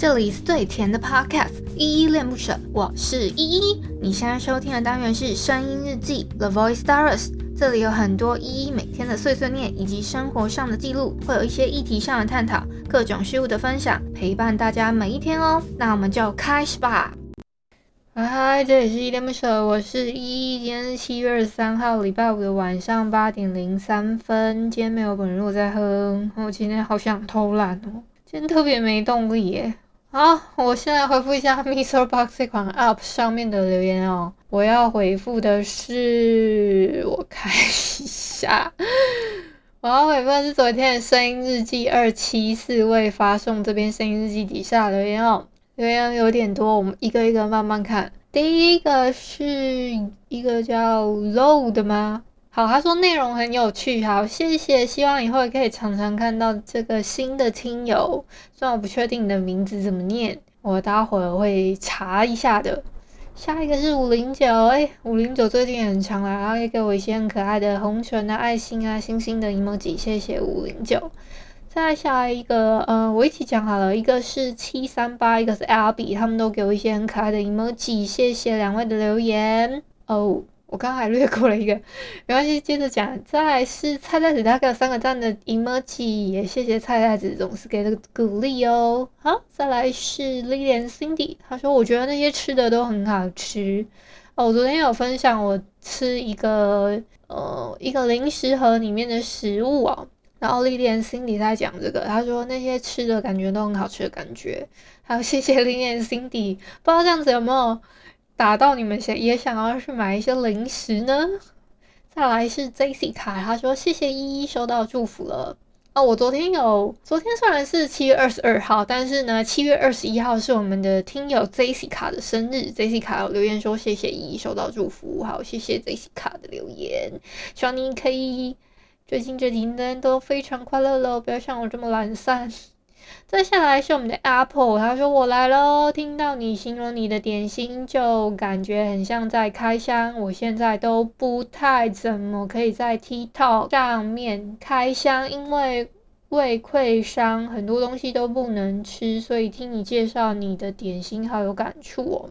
这里是最甜的 Podcast， 依依恋不舍，我是依依。你现在收听的单元是声音日记 The Voice Diaries， 这里有很多依依每天的碎碎念以及生活上的记录，会有一些议题上的探讨，各种事物的分享，陪伴大家每一天哦。那我们就开始吧。嗨，这里是依依恋不舍，我是依依。今天是7月23号礼拜五的晚上8点03分。今天没有本人我在喝，我今天好想偷懒哦，今天特别没动力耶。好，我现在回复一下 MixerBox 这款 App 上面的留言哦。我要回复的是，我看一下，我要回复的是昨天的声音日记274未发送这边声音日记底下留言哦。留言有点多，我们一个一个慢慢看。第一个是一个叫 Low 的吗？好，他说内容很有趣，好，谢谢，希望以后也可以常常看到这个新的听友。虽然我不确定你的名字怎么念，我待会儿会查一下的。下一个是509， 509最近很常来，然后也给我一些很可爱的红唇啊、爱心啊、星星的 emoji， 谢谢509。再下一个，我一起讲好了，一个是738，一个是 Abby， 他们都给我一些很可爱的 emoji， 谢谢两位的留言哦。我刚刚还略过了一个，没关系，接着讲。再来是菜菜子，他给了3个赞的 emoji， 也谢谢菜菜子总是给的鼓励哦。好，再来是 Lilian Cindy， 他说我觉得那些吃的都很好吃哦。我昨天有分享我吃一个零食盒里面的食物哦，然后Lilian Cindy 在讲这个，他说那些吃的感觉都很好吃的感觉。还有谢谢Lilian Cindy， 不知道这样子有没有打到你们也想要去买一些零食呢？再来是 Jessica， 他说谢谢依依收到祝福了。我昨天虽然是7月22号，但是呢7月21号是我们的听友 Jessica 的生日。Jessica 有留言说谢谢依依收到祝福，好，谢谢 Jessica 的留言，希望你可以最近这几天都非常快乐了，不要像我这么懒散。再下来是我们的 Apple， 他说我来咯，听到你形容你的点心就感觉很像在开箱，我现在都不太怎么可以在 TikTok 上面开箱，因为胃溃伤，很多东西都不能吃，所以听你介绍你的点心好有感触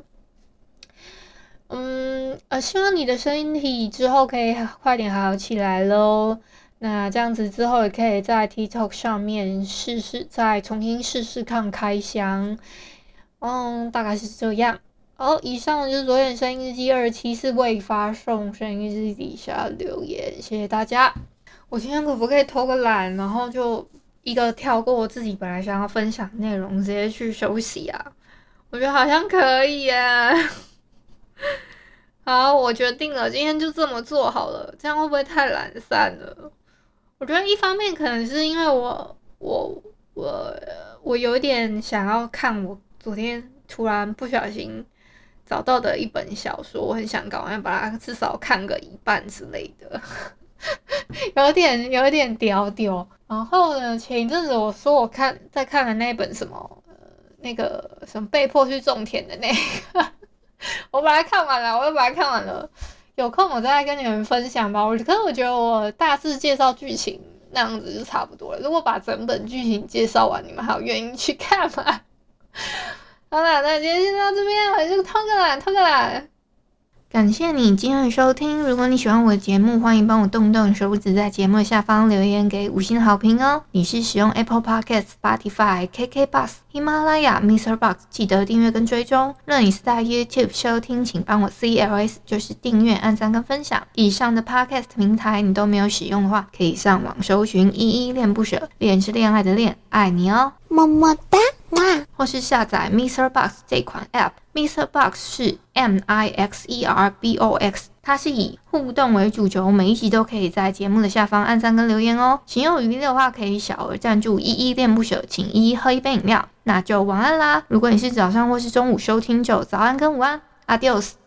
哦。希望你的身体之后可以快点好起来咯。那这样子之后也可以在 TikTok 上面再重新试试看开箱。大概是这样。以上就是昨天声音日记274未发送声音日记底下留言，谢谢大家。我今天可不可以偷个懒，然后就一个跳过我自己本来想要分享的内容，直接去休息啊？我觉得好像可以耶。好，我决定了，今天就这么做好了。这样会不会太懒散了？我觉得一方面可能是因为我有点想要看我昨天突然不小心找到的一本小说，我很想赶快把它至少看个一半之类的。有点屌屌。然后呢，前一阵子我说我在看的那本什么那个什么被迫去种田的那个我把它看完了，有空我再跟你们分享吧。可是我觉得我大致介绍剧情那样子就差不多了，如果把整本剧情介绍完，你们还有愿意去看吗？好啦，那今天就到这边，我就偷个懒。感谢你今天的收听，如果你喜欢我的节目，欢迎帮我动动手指，在节目下方留言给5星好评哦。你是使用 Apple Podcast、Spotify、KKBOX、喜马拉雅、MixerBox， 记得订阅跟追踪。若你是在 YouTube 收听，请帮我 CLS， 就是订阅、按赞跟分享。以上的 Podcast 平台你都没有使用的话，可以上网搜寻依依恋不舍，恋是恋爱的恋，爱你哦，么么哒。或是下载 MixerBox 这款 App，MixerBox 是 MIXERBOX， 它是以互动为主轴，每一集都可以在节目的下方按赞跟留言哦。情有余力的话，可以小额赞助依依恋不舍，请依依喝一杯饮料。那就晚安啦！如果你是早上或是中午收听，就早安跟午安，Adios。